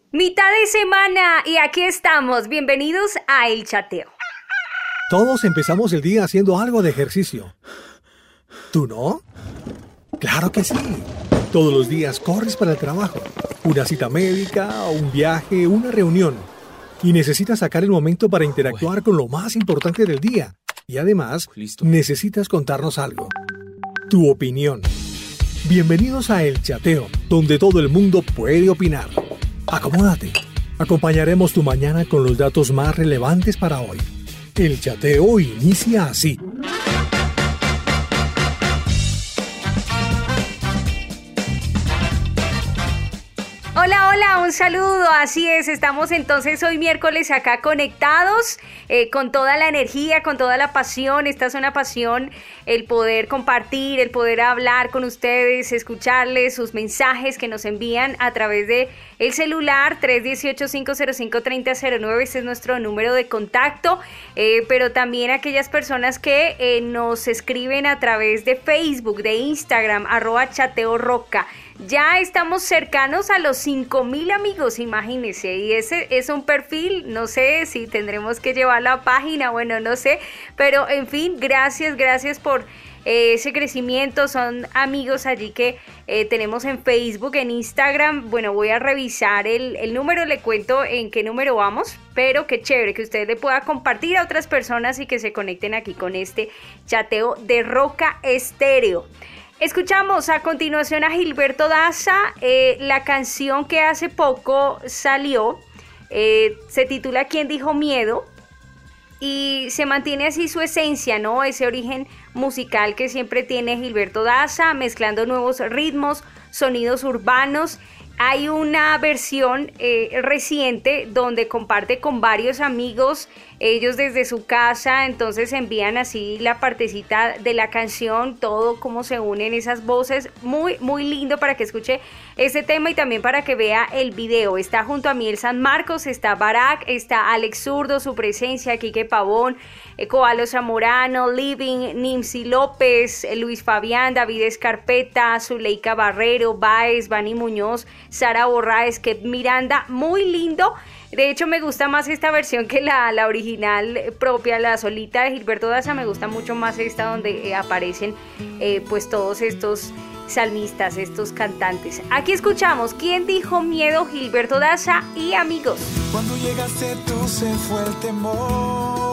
Mitad de semana y aquí estamos. Bienvenidos a El Chateo. Todos empezamos el día haciendo algo de ejercicio. ¿Tú no? Claro que sí. Todos los días corres para el trabajo, una cita médica, un viaje, una reunión. Y necesitas sacar el momento para interactuar con lo más importante del día. Y además, necesitas contarnos algo. Tu opinión. Bienvenidos a El Chateo, donde todo el mundo puede opinar. Acomódate. Acompañaremos tu mañana con los datos más relevantes para hoy. El Chateo inicia así. Hola, hola, un saludo, así es, estamos entonces hoy miércoles acá conectados con toda la energía, con toda la pasión. Esta es una pasión, el poder compartir, el poder hablar con ustedes, escucharles sus mensajes que nos envían a través de el celular 318-505-3009, este es nuestro número de contacto, pero también aquellas personas que nos escriben a través de Facebook, de Instagram, @chateoroca. Ya estamos cercanos a los 5,000 amigos, imagínense, y ese es un perfil, no sé si tendremos que llevarlo a página, bueno, no sé, pero en fin, gracias por ese crecimiento. Son amigos allí que tenemos en Facebook, en Instagram. Bueno, voy a revisar el número, le cuento en qué número vamos, pero qué chévere que usted le pueda compartir a otras personas y que se conecten aquí con este chateo de Roca Estéreo. Escuchamos a continuación a Gilberto Daza, la canción que hace poco salió, se titula ¿Quién dijo miedo? Y se mantiene así su esencia, ¿no? Ese origen musical que siempre tiene Gilberto Daza, mezclando nuevos ritmos, sonidos urbanos. Hay una versión reciente donde comparte con varios amigos, ellos desde su casa, entonces envían así la partecita de la canción, todo cómo se unen esas voces, muy lindo para que escuche este tema y también para que vea el video. Está junto a Miel San Marcos, está Barak, está Alex Zurdo, su presencia, Quique Pavón, Coalo Zamorano, Living, Nimsi López, Luis Fabián, David Escarpeta, Zuleika Barrero, Baez, Vani Muñoz, Sara Borraes, Kep Miranda, muy lindo. De hecho me gusta más esta versión que la original propia, la solita de Gilberto Daza. Me gusta mucho más esta donde aparecen pues todos estos salmistas, estos cantantes. Aquí escuchamos ¿Quién dijo miedo? Gilberto Daza y amigos. Cuando llegaste tú se fue el temor,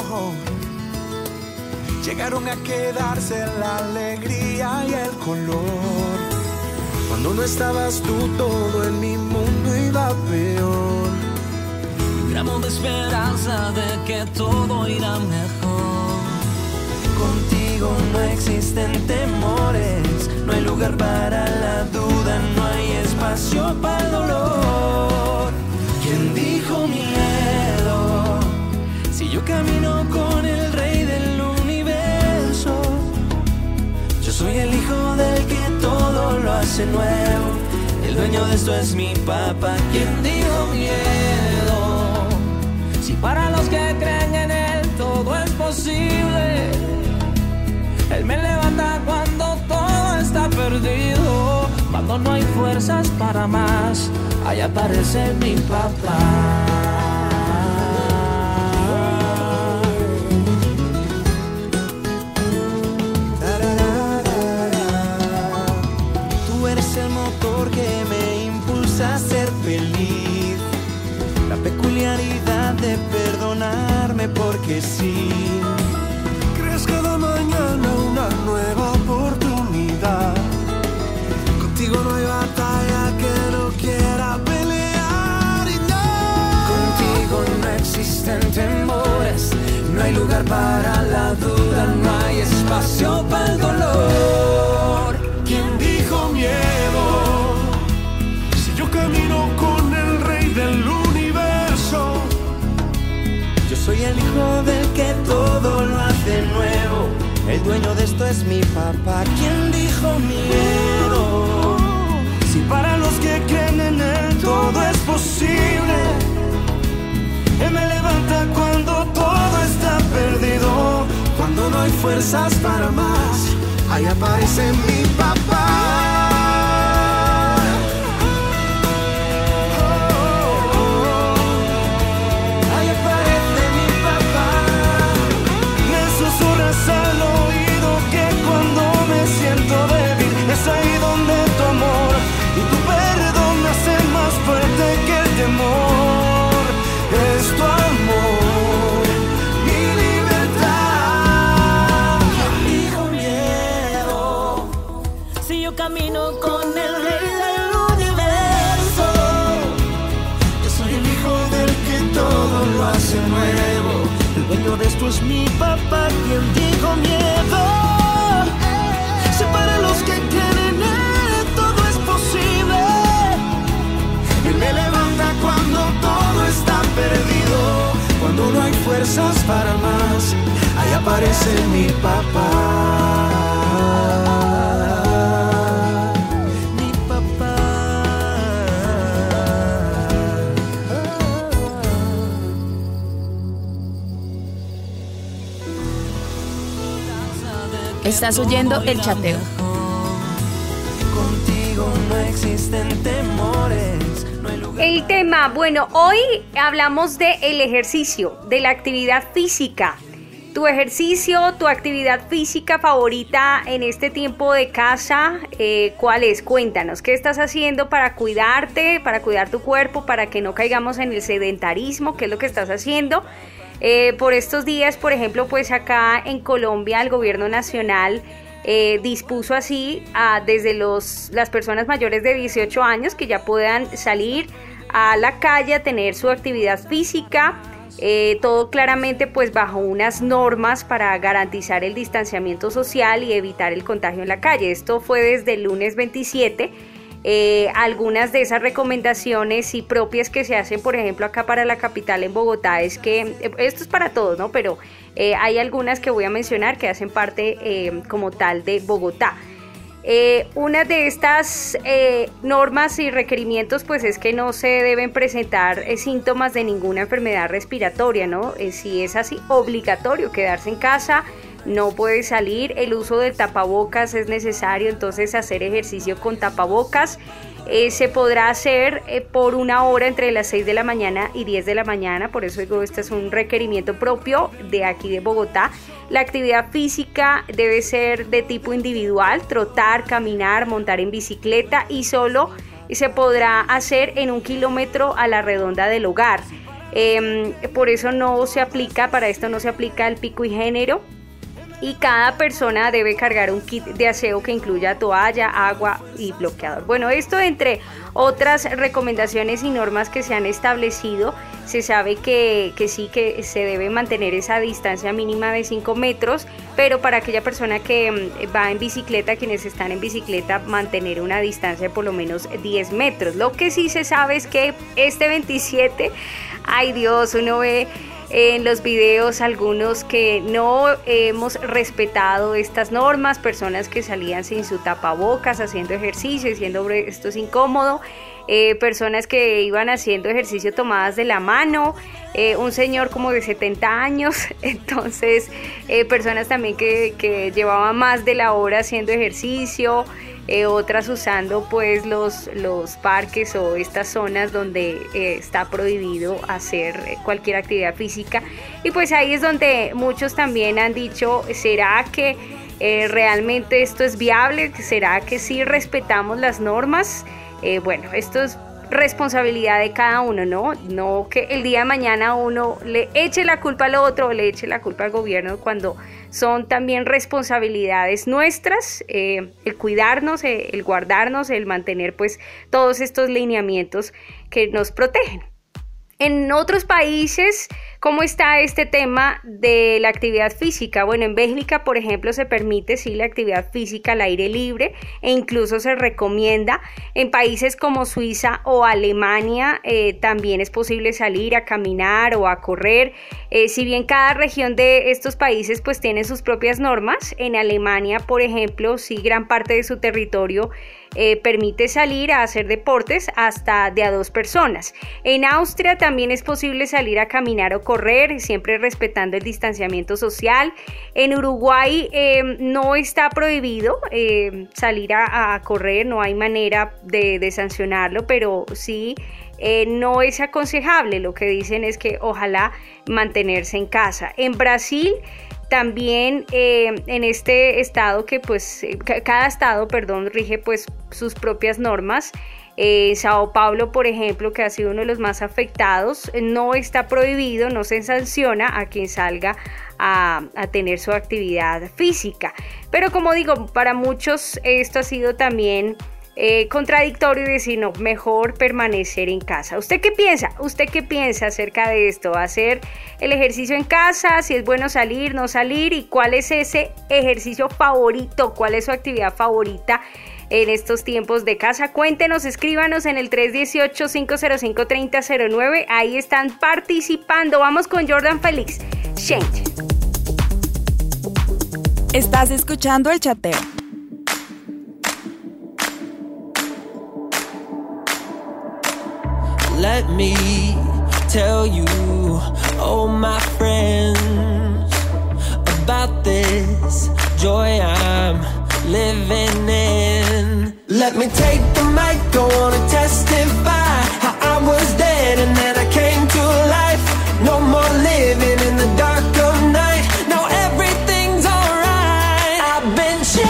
llegaron a quedarse la alegría y el color. Cuando no estabas tú todo en mi mundo iba peor. Un gramo de esperanza de que todo irá mejor. Contigo no existen temores, no hay lugar para la duda, no hay espacio para el dolor. ¿Quién dijo miedo? Si yo camino con el rey del universo, yo soy el hijo del que todo lo hace nuevo. El dueño de esto es mi papá. ¿Quién dijo miedo? Si para los que creen en él todo es posible, él me levanta cuando todo está perdido. Cuando no hay fuerzas para más, ahí aparece mi papá. Tú eres el motor que me impulsa a ser feliz, la peculiaridad de perdonarme porque sí. Crees cada mañana una nueva oportunidad. Contigo no hay batalla que no quiera pelear y no. Contigo no existen temores, no hay lugar para la duda, no hay espacio para el dolor. ¿Quién dijo miedo? Si yo camino con el rey del universo, yo soy el hijo del que todo lo hace nuevo. El dueño de esto es mi papá. ¿Quién dijo miedo? Si para los que creen en él todo es posible, él me levanta cuando todo está perdido. Cuando no hay fuerzas para más, ahí aparece mi papá. Oh, oh, oh. Estás oyendo El Chateo. Contigo no existen temores. El tema, bueno, hoy hablamos del ejercicio, de la actividad física. Tu ejercicio, tu actividad física favorita en este tiempo de casa, ¿cuál es? Cuéntanos, ¿qué estás haciendo para cuidarte, para cuidar tu cuerpo, para que no caigamos en el sedentarismo? ¿Qué es lo que estás haciendo? Por estos días, por ejemplo, pues acá en Colombia el gobierno nacional dispuso así desde las personas mayores de 18 años que ya puedan salir a la calle a tener su actividad física, todo claramente pues bajo unas normas para garantizar el distanciamiento social y evitar el contagio en la calle. Esto fue desde el lunes 27. Algunas de esas recomendaciones y propias que se hacen, por ejemplo, acá para la capital en Bogotá, es que esto es para todos, ¿no? Pero hay algunas que voy a mencionar que hacen parte como tal de Bogotá. Una de estas normas y requerimientos pues es que no se deben presentar síntomas de ninguna enfermedad respiratoria, ¿no? Si es así, obligatorio quedarse en casa. No puede salir, el uso del tapabocas es necesario, entonces hacer ejercicio con tapabocas. Se podrá hacer por 1 hora entre las 6 de la mañana y 10 de la mañana, por eso digo, este es un requerimiento propio de aquí de Bogotá. La actividad física debe ser de tipo individual, trotar, caminar, montar en bicicleta y solo se podrá hacer en 1 kilómetro a la redonda del hogar. Por eso para esto no se aplica el pico y género. Y cada persona debe cargar un kit de aseo que incluya toalla, agua y bloqueador. Bueno, esto entre otras recomendaciones y normas que se han establecido, se sabe que sí que se debe mantener esa distancia mínima de 5 metros, pero para aquella persona que va en bicicleta, quienes están en bicicleta, mantener una distancia de por lo menos 10 metros. Lo que sí se sabe es que este 27, ay Dios, uno ve en los videos algunos que no hemos respetado estas normas, personas que salían sin su tapabocas haciendo ejercicio, diciendo esto es incómodo, personas que iban haciendo ejercicio tomadas de la mano, un señor como de 70 años, entonces personas también que llevaban más de la hora haciendo ejercicio, otras usando pues los parques o estas zonas donde está prohibido hacer cualquier actividad física. Y pues ahí es donde muchos también han dicho, ¿será que realmente esto es viable? ¿Será que sí respetamos las normas? Bueno, esto es responsabilidad de cada uno, no que el día de mañana uno le eche la culpa al otro o le eche la culpa al gobierno, cuando son también responsabilidades nuestras, el cuidarnos, el guardarnos, el mantener pues todos estos lineamientos que nos protegen. En otros países, ¿cómo está este tema de la actividad física? Bueno, en Bélgica, por ejemplo, se permite sí la actividad física al aire libre e incluso se recomienda. En países como Suiza o Alemania también es posible salir a caminar o a correr. Si bien cada región de estos países pues tiene sus propias normas, en Alemania, por ejemplo, sí gran parte de su territorio permite salir a hacer deportes hasta de a 2 personas. En Austria también es posible salir a caminar o correr, siempre respetando el distanciamiento social. En Uruguay no está prohibido salir a correr, no hay manera de sancionarlo, pero sí no es aconsejable. Lo que dicen es que ojalá mantenerse en casa. En Brasil también en este estado que pues cada estado, rige pues sus propias normas. Sao Paulo, por ejemplo, que ha sido uno de los más afectados, no está prohibido, no se sanciona a quien salga a tener su actividad física. Pero como digo, para muchos esto ha sido también contradictorio y decir no, mejor permanecer en casa. ¿Usted qué piensa? ¿Usted qué piensa acerca de esto? ¿Hacer el ejercicio en casa? ¿Si es bueno salir, no salir? ¿Y cuál es ese ejercicio favorito? ¿Cuál es su actividad favorita en estos tiempos de casa? Cuéntenos, escríbanos en el 318-505-3009. Ahí están participando. Vamos con Jordan Félix. Change. Estás escuchando El Chateo. Let me tell you, oh my friends, about this joy I'm I'm living in. Let me take the mic, go on and testify how I was dead and then I came to life. No more living in the dark of night. Now everything's alright. I've been changed,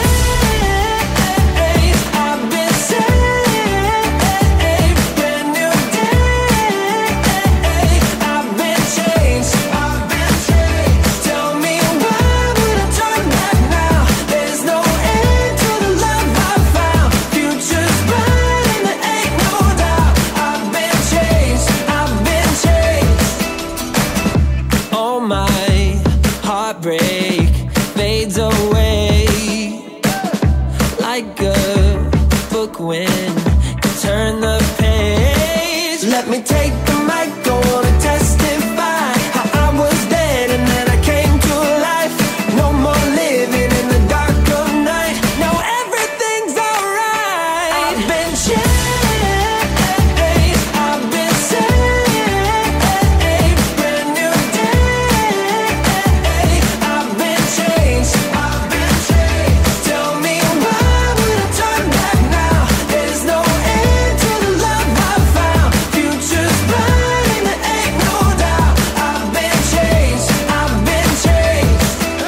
I've been saved. Brand new day, I've been changed, I've been changed. Tell me why would I turn back now? There's no end to the love I found. Future's bright and there ain't no doubt. I've been changed, I've been changed. Oh my, heartbreak fades away like a book when you turn the page. Let me take the mic, go on and testify how I was dead and then I came to life. No more living in the dark of night. Now everything's alright. I've been changed, I've been saved. Brand new day, I've been changed, I've been changed. Tell me why would I turn back now? There's no end to the love I found. Future's bright and there ain't no doubt. I've been changed, I've been changed.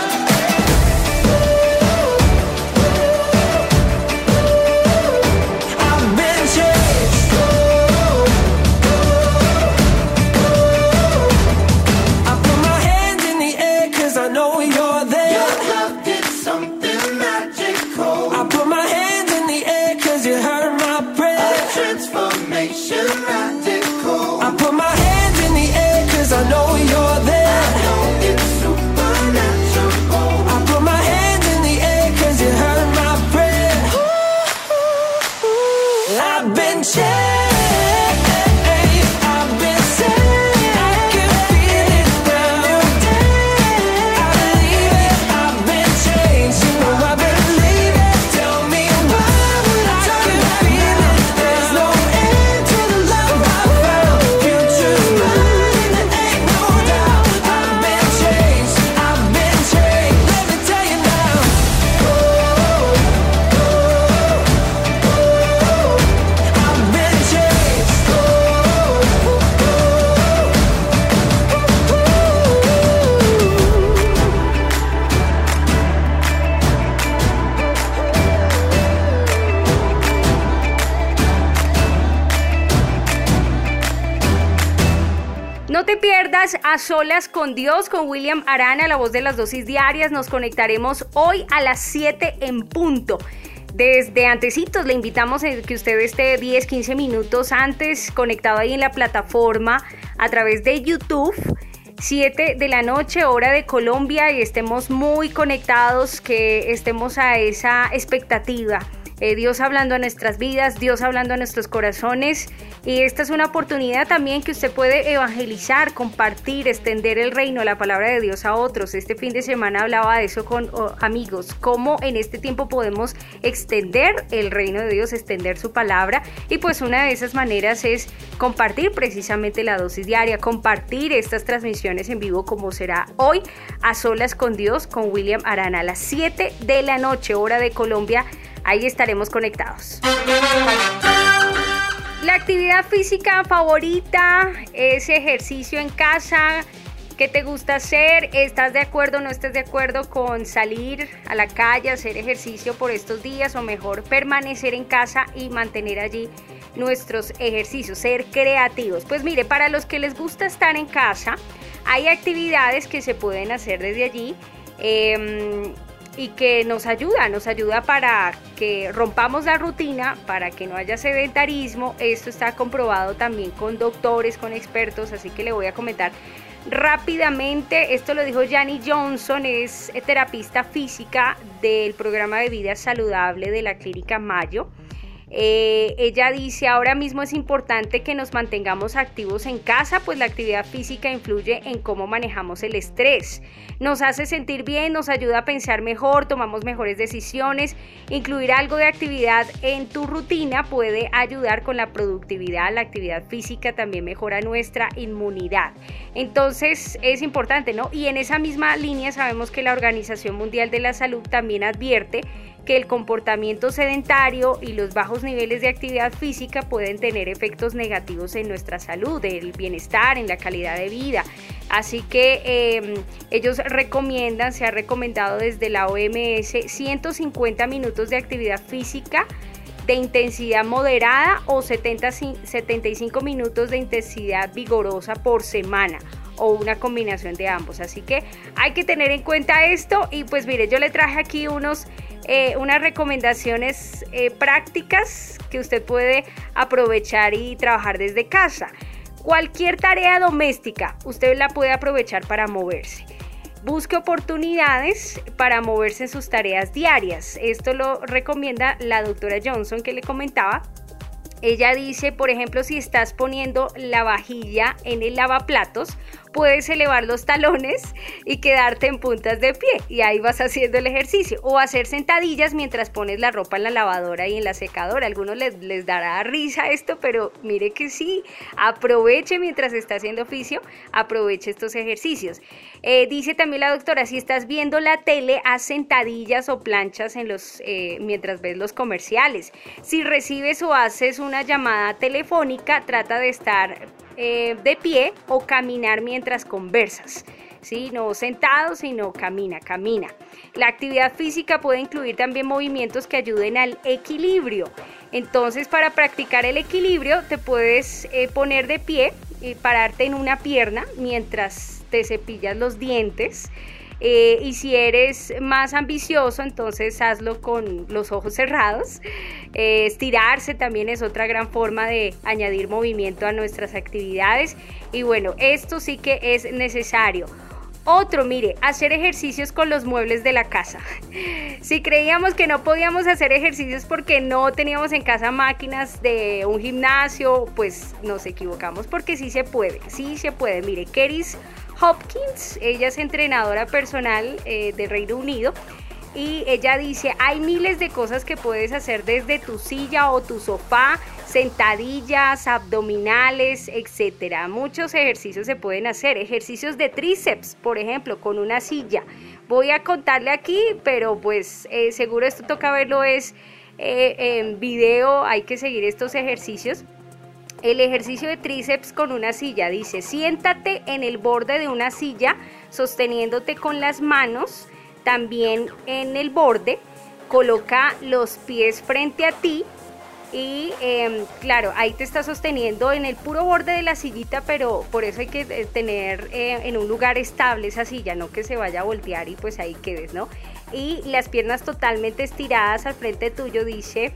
I've been changed. I put my hands in the air 'cause I know you're there. Your love did something magical. I put my hands in the air 'cause you heard my prayer. A transformation radical. I put my hands in the air 'cause I know you're there. I know it's supernatural. I put my hands in the air 'cause you heard my prayer. I've been changed, I've been saved. I can feel it now. I believe it, I've been changed. You know I believe it. Tell me why would I turn back now? There's no end to the love I found. Future's mine, there ain't no doubt. I've been changed, I've been changed. Let me tell you now. I've been changed. No te pierdas A Solas con Dios con William Arana, la voz de las dosis diarias. Nos conectaremos hoy a las 7 en punto. Desde antecitos le invitamos a que usted esté 10-15 minutos antes conectado ahí en la plataforma a través de YouTube. 7 de la noche, hora de Colombia, y estemos muy conectados, que estemos a esa expectativa. Dios hablando a nuestras vidas, Dios hablando a nuestros corazones, y esta es una oportunidad también que usted puede evangelizar, compartir, extender el reino, la palabra de Dios a otros. Este fin de semana hablaba de eso con amigos, cómo en este tiempo podemos extender el reino de Dios, extender su palabra, y pues una de esas maneras es compartir precisamente la dosis diaria, compartir estas transmisiones en vivo como será hoy, A Solas con Dios con William Arana, a las 7 de la noche, hora de Colombia. Ahí estaremos conectados. La actividad física favorita, ese ejercicio en casa, ¿qué te gusta hacer? ¿Estás de acuerdo o no estás de acuerdo con salir a la calle, hacer ejercicio por estos días, o mejor permanecer en casa y mantener allí nuestros ejercicios, ser creativos? Pues mire, para los que les gusta estar en casa, hay actividades que se pueden hacer desde allí, y que nos ayuda para que rompamos la rutina, para que no haya sedentarismo. Esto está comprobado también con doctores, con expertos, así que le voy a comentar rápidamente. Esto lo dijo Yanni Johnson, es terapista física del programa de vida saludable de la Clínica Mayo. Ella dice, ahora mismo es importante que nos mantengamos activos en casa, pues la actividad física influye en cómo manejamos el estrés. Nos hace sentir bien, nos ayuda a pensar mejor, tomamos mejores decisiones. Incluir algo de actividad en tu rutina puede ayudar con la productividad. La actividad física también mejora nuestra inmunidad. Entonces es importante, ¿no? Y en esa misma línea sabemos que la Organización Mundial de la Salud también advierte que el comportamiento sedentario y los bajos niveles de actividad física pueden tener efectos negativos en nuestra salud, en el bienestar, en la calidad de vida. Así que ellos recomiendan, se ha recomendado desde la OMS 150 minutos de actividad física de intensidad moderada o 75 minutos de intensidad vigorosa por semana, o una combinación de ambos. Así que hay que tener en cuenta esto. Y pues mire, yo le traje aquí unas recomendaciones prácticas que usted puede aprovechar y trabajar desde casa. Cualquier tarea doméstica usted la puede aprovechar para moverse. Busque oportunidades para moverse en sus tareas diarias. Esto lo recomienda la doctora Johnson, que le comentaba. Ella dice, por ejemplo, si estás poniendo la vajilla en el lavaplatos, puedes elevar los talones y quedarte en puntas de pie, y ahí vas haciendo el ejercicio. O hacer sentadillas mientras pones la ropa en la lavadora y en la secadora. A algunos les dará risa esto, pero mire que sí, aproveche mientras está haciendo oficio, aproveche estos ejercicios. Dice también la doctora, si estás viendo la tele, haz sentadillas o planchas mientras ves los comerciales. Si recibes o haces una llamada telefónica, trata de estar de pie o caminar mientras conversas, ¿sí? No sentado, sino camina. La actividad física puede incluir también movimientos que ayuden al equilibrio. Entonces, para practicar el equilibrio, te puedes poner de pie y pararte en una pierna mientras te cepillas los dientes. Y si eres más ambicioso, entonces hazlo con los ojos cerrados. Estirarse también es otra gran forma de añadir movimiento a nuestras actividades. Y bueno, esto sí que es necesario. Otro, mire, hacer ejercicios con los muebles de la casa. Si creíamos que no podíamos hacer ejercicios porque no teníamos en casa máquinas de un gimnasio, pues nos equivocamos, porque sí se puede. Mire, Keris Hopkins, ella es entrenadora personal de Reino Unido, y ella dice, hay miles de cosas que puedes hacer desde tu silla o tu sofá, sentadillas, abdominales, etcétera. Muchos ejercicios se pueden hacer, ejercicios de tríceps, por ejemplo, con una silla. Voy a contarle aquí, pero pues seguro esto toca verlo en video, hay que seguir estos ejercicios. El ejercicio de tríceps con una silla, dice, siéntate en el borde de una silla sosteniéndote con las manos también en el borde, coloca los pies frente a ti y claro, ahí te está sosteniendo en el puro borde de la sillita, pero por eso hay que tener en un lugar estable esa silla, no que se vaya a voltear y pues ahí quedes, ¿no? Y las piernas totalmente estiradas al frente tuyo, dice,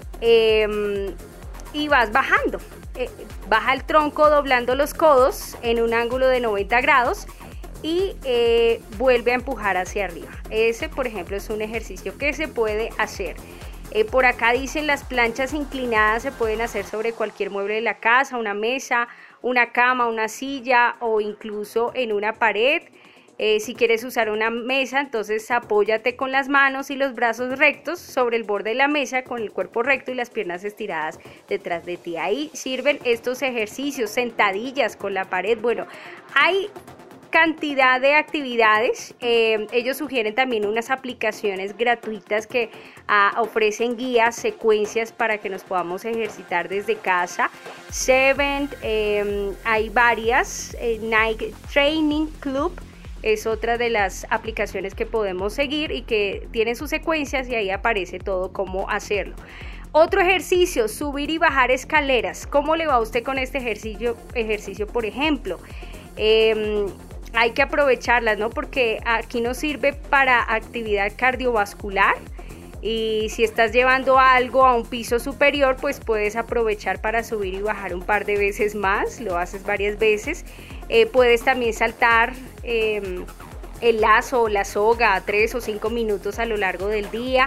y vas bajando. Baja el tronco doblando los codos en un ángulo de 90 grados y vuelve a empujar hacia arriba. Ese, por ejemplo, es un ejercicio que se puede hacer. Por acá dicen, las planchas inclinadas se pueden hacer sobre cualquier mueble de la casa, una mesa, una cama, una silla o incluso en una pared. Si quieres usar una mesa, entonces apóyate con las manos y los brazos rectos sobre el borde de la mesa, con el cuerpo recto y las piernas estiradas detrás de ti. Ahí sirven estos ejercicios, sentadillas con la pared. Bueno, hay cantidad de actividades. Ellos sugieren también unas aplicaciones gratuitas que ofrecen guías, secuencias para que nos podamos ejercitar desde casa. Seven, hay varias. Nike Training Club es otra de las aplicaciones que podemos seguir y que tienen sus secuencias y ahí aparece todo cómo hacerlo. Otro ejercicio, subir y bajar escaleras. ¿Cómo le va a usted con este ejercicio por ejemplo? Hay que aprovecharlas, ¿no? Porque aquí nos sirve para actividad cardiovascular. Y si estás llevando algo a un piso superior, pues puedes aprovechar para subir y bajar un par de veces más, lo haces varias veces. Puedes también saltar el lazo o la soga a 3 o 5 minutos a lo largo del día.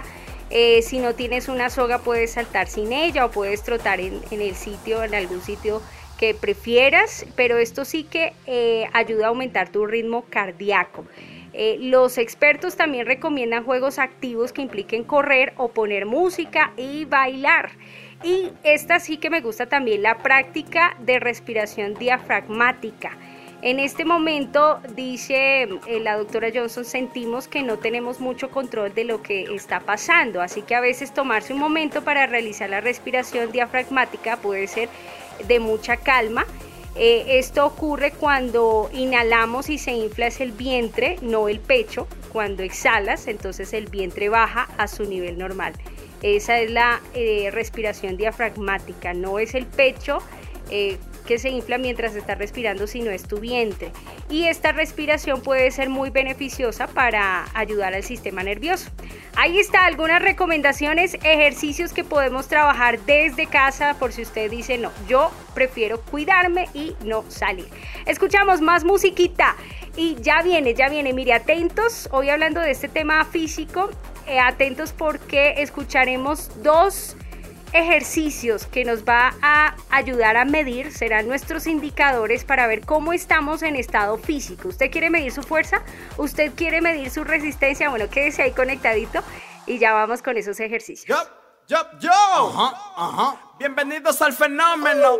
Si no tienes una soga puedes saltar sin ella o puedes trotar en el sitio, en algún sitio que prefieras, pero esto sí que ayuda a aumentar tu ritmo cardíaco. Los expertos también recomiendan juegos activos que impliquen correr o poner música y bailar. Y esta sí que me gusta también, la práctica de respiración diafragmática. En este momento, dice la doctora Johnson, sentimos que no tenemos mucho control de lo que está pasando, así que a veces tomarse un momento para realizar la respiración diafragmática puede ser de mucha calma. Esto ocurre cuando inhalamos y se infla el vientre, no el pecho. Cuando exhalas, entonces el vientre baja a su nivel normal. Esa es la respiración diafragmática, no es el pecho que se infla mientras estás respirando, sino es tu vientre. Y esta respiración puede ser muy beneficiosa para ayudar al sistema nervioso. Ahí está, algunas recomendaciones, ejercicios que podemos trabajar desde casa por si usted dice no, yo prefiero cuidarme y no salir. Escuchamos más musiquita y ya viene, mire, atentos, hoy hablando de este tema físico, atentos porque escucharemos 2 ejercicios que nos va a ayudar a medir, serán nuestros indicadores para ver cómo estamos en estado físico. ¿Usted quiere medir su fuerza? ¿Usted quiere medir su resistencia? Bueno, quédese ahí conectadito y ya vamos con esos ejercicios. Yo. Bienvenidos al fenómeno.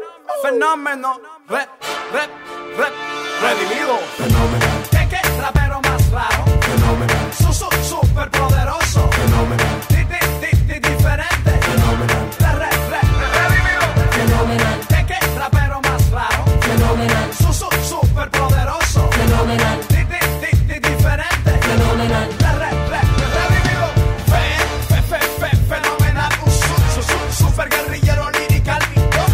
Redimido. Fenomenal. ¿Qué rapero más raro? Fenomenal. Super poderoso. Fenomenal. Diferente. Fenomenal. Redimido. Fenomenal. ¿Qué rapero más raro? Fenomenal. Super poderoso. Fenomenal. Diferente. Fenomenal. Redimido. Fenomenal. Super guerrillero lirical.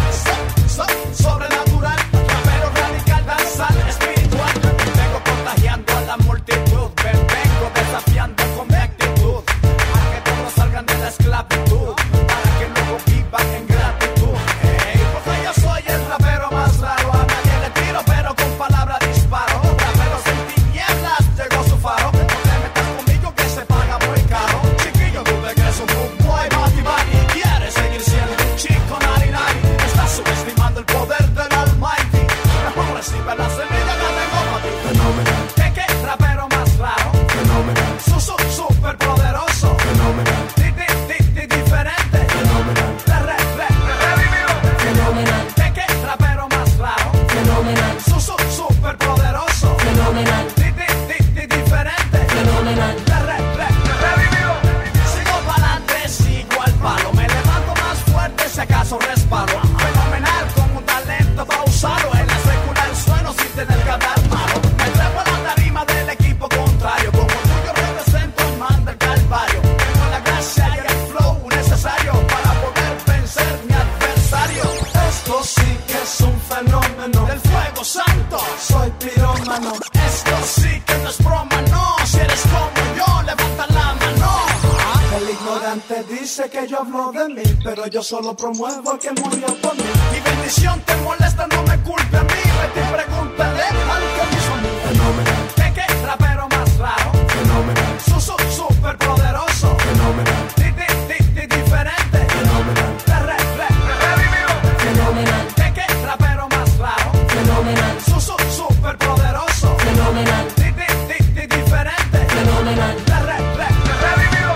Sobrenatural. Rapero radical, danzal, espiritual. Vengo contagiando a la multitud. Vengo desafiando con mi actitud. A que todos salgan de la esclavitud. Para que luego vivan en gratitud. Porque yo soy el rapero más raro. A nadie le tiro, pero con palabra disparo. Raperos en tinieblas, llegó su faro. No te metas conmigo que se paga muy caro. Chiquillo, tú te crees un boom boy, Bati Bati. Quieres seguir siendo un chico nari nari. Estás subestimando el poder del Almighty. Mejor recibe la semilla que tengo para ti. Fenomenal. ¿Qué rapero más raro? Fenomenal. Super poderoso. Fenomenal. Diferente. Fenomenal. Redimido. Fenomenal. ¿Qué rapero más raro? Fenomenal. Super poderoso. Fenomenal. Diferente. Fenomenal. Redimido. Sigo pa'lante, sigo al palo. Me levanto más fuerte si acaso resbalo. Fenomenal, con un talento pa' usarlo. En la secular sueno sin tener que hablar malo. Me trepo a la tarima del equipo contrario. Como tuyo represento el man del calvario. Tengo la gracia y el flow necesario para poder vencer mi adversario. Esto sí que es un fenómeno del fuego santo. Soy pirómano. Esto sí que no es broma, no. Si eres como yo, levanta la mano. El ignorante dice que yo hablo de mí, pero yo solo promuevo al que murió por mí. Mi bendición te molesta, no me culpe a mí. Vete y pregúntale al que hizo a mí. Fenomenal. ¿Qué rapero más raro? Fenomenal. Super poderoso. Fenomenal. Diferente. Fenomenal. Redimido. Fenomenal. ¿Qué rapero más raro? Fenomenal. Super poderoso. Fenomenal. Diferente. Fenomenal. Redimido.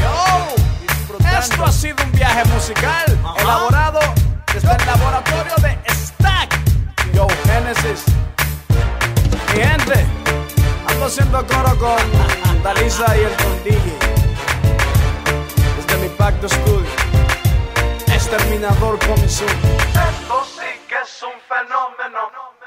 Esto ha sido un viaje musical elaborado desde el laboratorio de Stack. Yo, Genesis. Mi gente, ando haciendo coro con Dalisa y el Condigi. Desde mi Pacto Studio. Exterminador Comisión. Esto sí que es un fenómeno.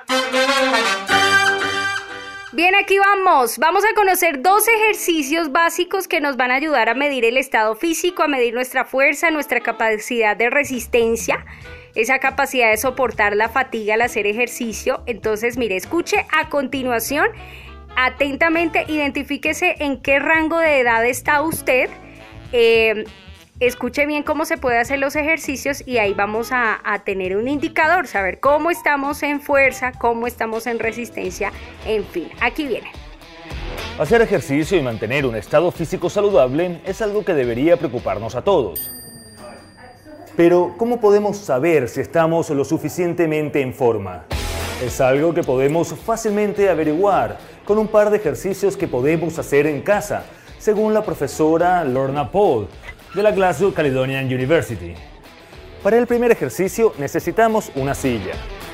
Bien, aquí vamos a conocer 2 ejercicios básicos que nos van a ayudar a medir el estado físico, a medir nuestra fuerza, nuestra capacidad de resistencia, esa capacidad de soportar la fatiga al hacer ejercicio. Entonces, mire, escuche a continuación atentamente, identifíquese en qué rango de edad está usted, escuche bien cómo se puede hacer los ejercicios y ahí vamos a tener un indicador, saber cómo estamos en fuerza, cómo estamos en resistencia, en fin, aquí viene. Hacer ejercicio y mantener un estado físico saludable es algo que debería preocuparnos a todos. Pero, ¿cómo podemos saber si estamos lo suficientemente en forma? Es algo que podemos fácilmente averiguar con un par de ejercicios que podemos hacer en casa, según la profesora Lorna Paul de la Glasgow Caledonian University. Para el primer ejercicio necesitamos una silla.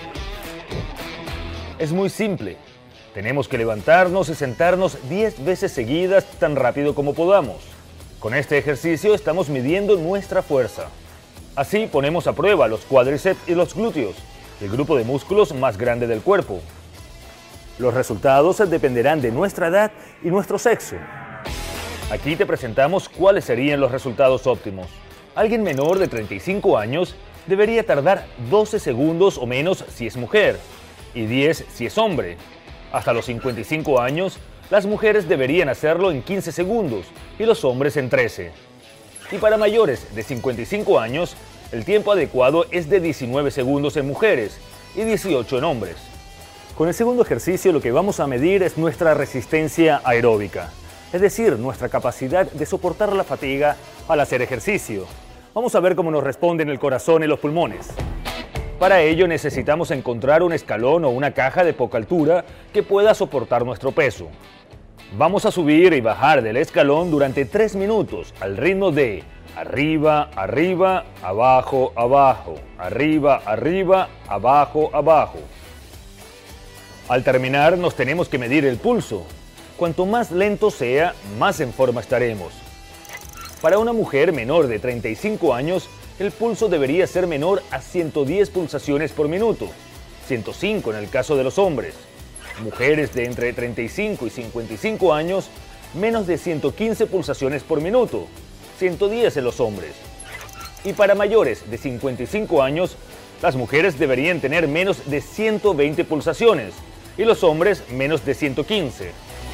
Es muy simple. Tenemos que levantarnos y sentarnos 10 veces seguidas tan rápido como podamos. Con este ejercicio estamos midiendo nuestra fuerza. Así ponemos a prueba los cuádriceps y los glúteos, el grupo de músculos más grande del cuerpo. Los resultados dependerán de nuestra edad y nuestro sexo. Aquí te presentamos cuáles serían los resultados óptimos. Alguien menor de 35 años debería tardar 12 segundos o menos si es mujer y 10 si es hombre. Hasta los 55 años, las mujeres deberían hacerlo en 15 segundos y los hombres en 13. Y para mayores de 55 años, el tiempo adecuado es de 19 segundos en mujeres y 18 en hombres. Con el segundo ejercicio lo que vamos a medir es nuestra resistencia aeróbica, es decir, nuestra capacidad de soportar la fatiga al hacer ejercicio. Vamos a ver cómo nos responden el corazón y los pulmones. Para ello necesitamos encontrar un escalón o una caja de poca altura que pueda soportar nuestro peso. Vamos a subir y bajar del escalón durante 3 minutos al ritmo de arriba, arriba, abajo, abajo, arriba, arriba, abajo, abajo. Al terminar nos tenemos que medir el pulso. Cuanto más lento sea, más en forma estaremos. Para una mujer menor de 35 años, el pulso debería ser menor a 110 pulsaciones por minuto, 105 en el caso de los hombres. Mujeres de entre 35 y 55 años, menos de 115 pulsaciones por minuto, 110 en los hombres. Y para mayores de 55 años, las mujeres deberían tener menos de 120 pulsaciones y los hombres menos de 115.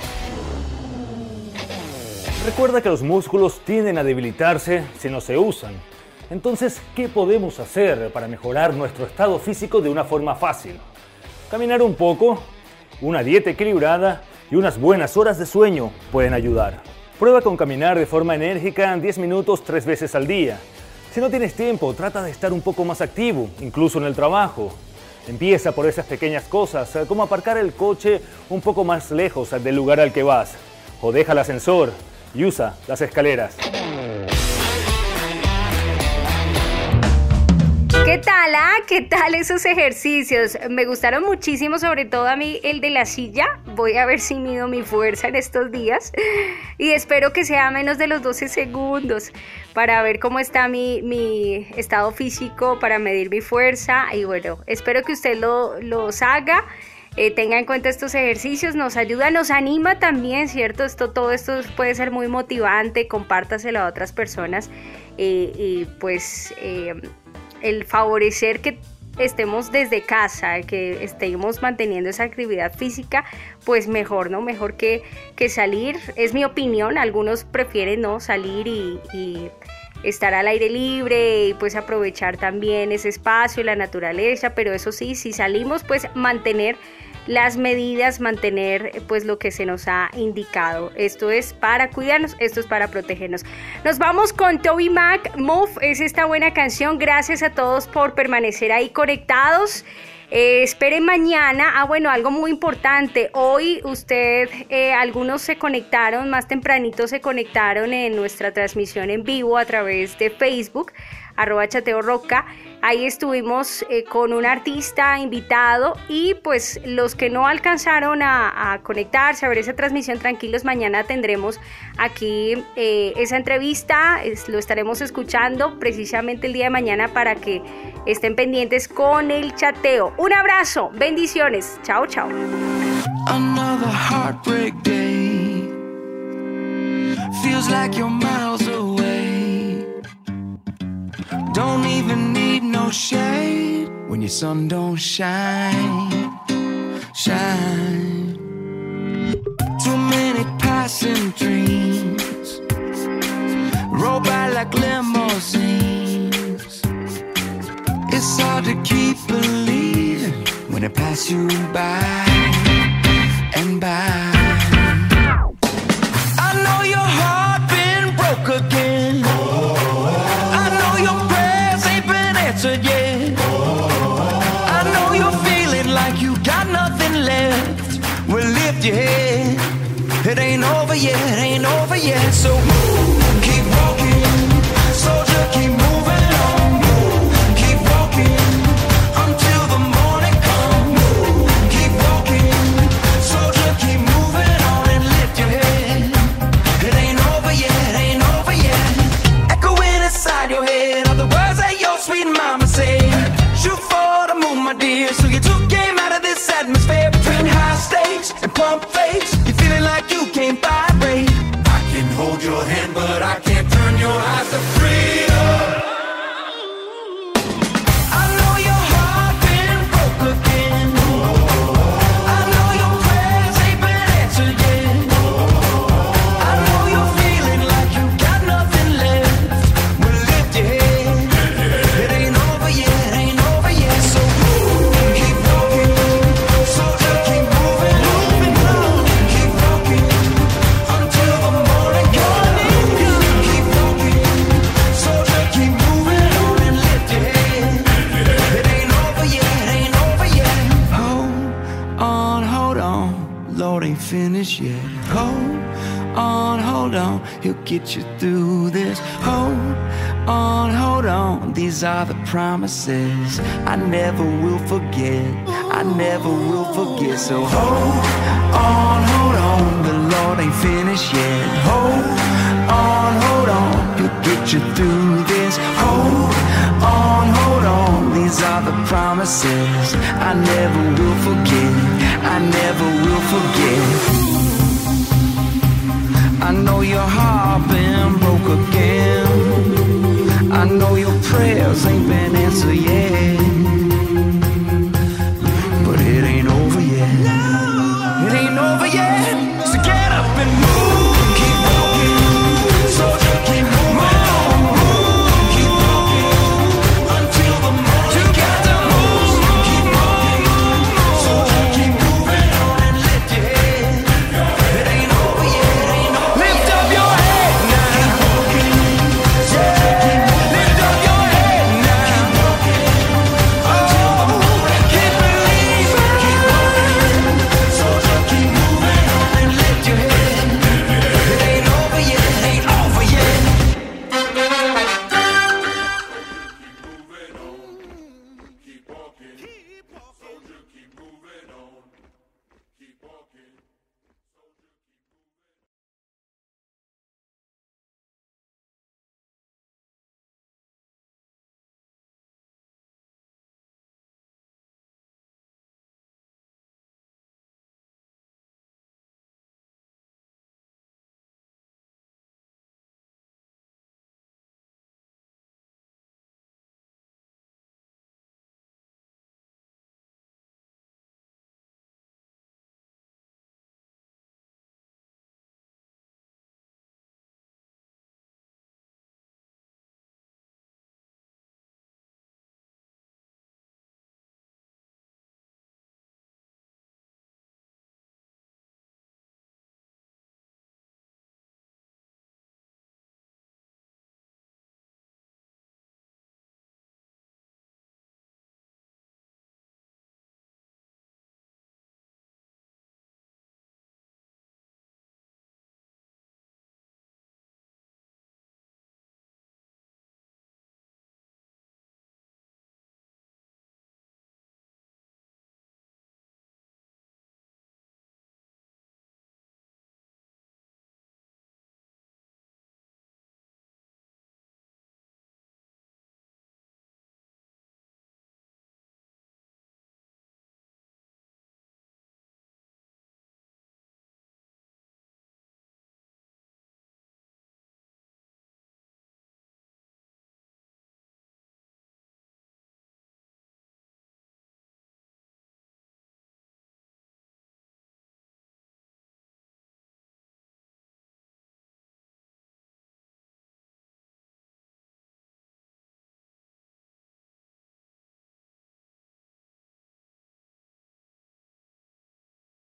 Recuerda que los músculos tienden a debilitarse si no se usan. Entonces, ¿qué podemos hacer para mejorar nuestro estado físico de una forma fácil? Caminar un poco, una dieta equilibrada y unas buenas horas de sueño pueden ayudar. Prueba con caminar de forma enérgica 10 minutos 3 veces al día. Si no tienes tiempo, trata de estar un poco más activo, incluso en el trabajo. Empieza por esas pequeñas cosas, como aparcar el coche un poco más lejos del lugar al que vas, o deja el ascensor y usa las escaleras. ¿Qué tal? ¿Qué tal esos ejercicios? Me gustaron muchísimo, sobre todo a mí el de la silla. Voy a ver si mido mi fuerza en estos días y espero que sea menos de los 12 segundos para ver cómo está mi estado físico, para medir mi fuerza. Y bueno, espero que usted los haga. Tenga en cuenta estos ejercicios, nos ayuda, nos anima también, ¿cierto? Todo esto puede ser muy motivante, compártaselo a otras personas el favorecer que estemos desde casa, que estemos manteniendo esa actividad física, pues mejor, ¿no? Mejor que salir, es mi opinión. Algunos prefieren no salir y estar al aire libre y pues aprovechar también ese espacio, la naturaleza, pero eso sí, si salimos, pues mantener las medidas, mantener pues lo que se nos ha indicado. Esto es para cuidarnos, esto es para protegernos. Nos vamos con Toby Mac, Move, es esta buena canción. Gracias a todos por permanecer ahí conectados. Esperen mañana. Bueno, algo muy importante. Hoy algunos se conectaron, más tempranito se conectaron en nuestra transmisión en vivo a través de Facebook, @chateorroca. Ahí estuvimos con un artista invitado y pues los que no alcanzaron a conectarse, a ver esa transmisión, tranquilos, mañana tendremos aquí esa entrevista, lo estaremos escuchando precisamente el día de mañana para que estén pendientes con el chateo. Un abrazo, bendiciones, chao, chao. Another heartbreak day. Feels like you're miles away. Don't even need no shade when your sun don't shine. Too many passing dreams roll by like limousines. It's hard to keep believing when it pass you by and by. lift your head. It ain't over yet, ain't over yet. So keep walking, soldier, keep moving on. Keep walking until the morning comes. Keep walking, soldier, keep moving on and lift your head. It ain't over yet, ain't over yet. Echoing inside your head are the words that your sweet mama said. Shoot for the moon, my dear. So you took game out of this atmosphere between high stakes and pump fakes. You're feeling like you can't vibrate. I can hold your hand, but I can't turn your eyes to freedom. I know your heart been broke again. I know your prayers ain't been answered yet. I know you're feeling like you got nothing left. Well, lift your head. It ain't over yet, ain't over yet. So keep walking, soldier, keep moving on. Keep walking until the morning comes. Keep walking, soldier, keep moving on and lift your head. It ain't over yet, ain't over yet. Hold on, Lord ain't finished yet. Hold on, he'll get you through this. Hold on, these are the promises I never will forget. I never will forget. So hold on, the Lord ain't finished yet. Hold on, he'll get you through this. Hold on, these are the promises I never will forget. I never will forget. I know your heart been broke again. I know your prayers ain't been answered yet.